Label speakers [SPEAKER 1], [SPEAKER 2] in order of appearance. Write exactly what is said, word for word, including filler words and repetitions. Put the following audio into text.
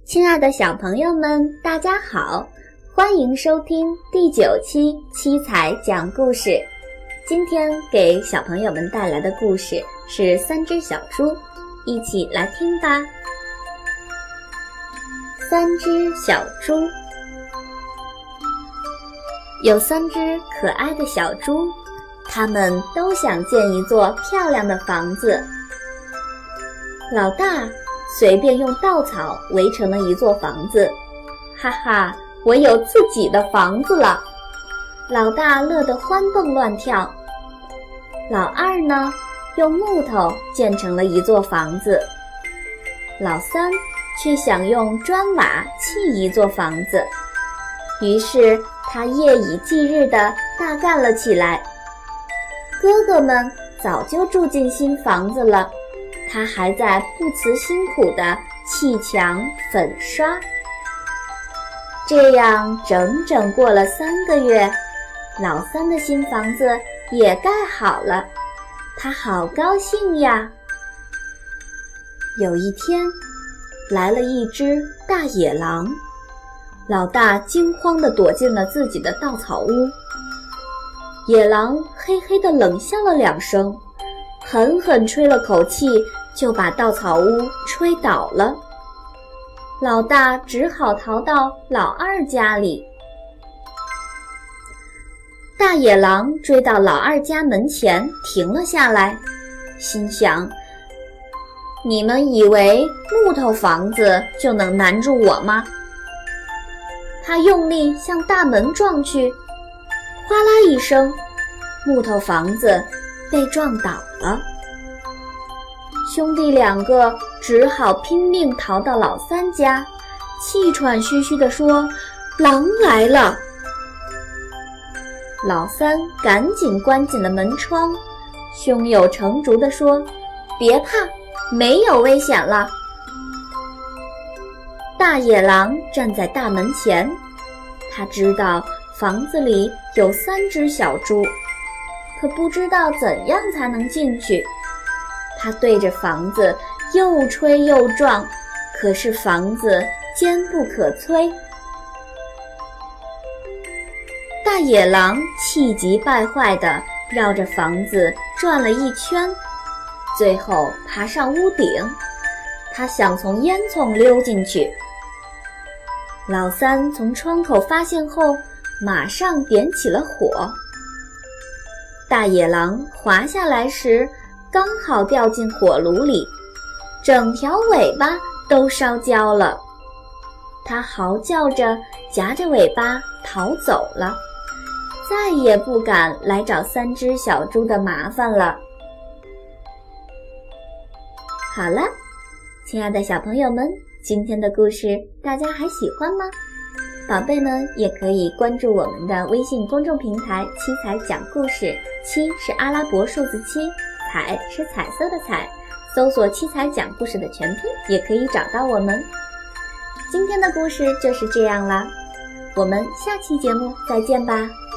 [SPEAKER 1] 亲爱的小朋友们，大家好，欢迎收听第九期七彩讲故事。今天给小朋友们带来的故事是三只小猪，一起来听吧。三只小猪。有三只可爱的小猪，它们都想建一座漂亮的房子。老大随便用稻草围成了一座房子，哈哈，我有自己的房子了！老大乐得欢蹦乱跳。老二呢，用木头建成了一座房子。老三却想用砖瓦砌一座房子，于是他夜以继日地大干了起来。哥哥们早就住进新房子了，他还在不辞辛苦地砌墙粉刷。这样整整过了三个月，老三的新房子也盖好了，他好高兴呀。有一天，来了一只大野狼，老大惊慌地躲进了自己的稻草屋。野狼嘿嘿地冷笑了两声，狠狠吹了口气，就把稻草屋吹倒了。老大只好逃到老二家里。大野狼追到老二家门前停了下来，心想：你们以为木头房子就能难住我吗？他用力向大门撞去，哗啦一声，木头房子被撞倒了。兄弟两个只好拼命逃到老三家，气喘吁吁地说：狼来了！老三赶紧关紧了门窗，胸有成竹地说：别怕，没有危险了。大野狼站在大门前，他知道房子里有三只小猪，可不知道怎样才能进去。他对着房子又吹又撞，可是房子坚不可摧。大野狼气急败坏地绕着房子转了一圈，最后爬上屋顶，他想从烟囱溜进去。老三从窗口发现后，马上点起了火。大野狼滑下来时，刚好掉进火炉里，整条尾巴都烧焦了。它嚎叫着，夹着尾巴逃走了，再也不敢来找三只小猪的麻烦了。好了，亲爱的小朋友们，今天的故事大家还喜欢吗？宝贝们也可以关注我们的微信公众平台七彩讲故事，七是阿拉伯数字七，彩是彩色的彩，搜索七彩讲故事的全拼也可以找到我们。今天的故事就是这样啦，我们下期节目再见吧。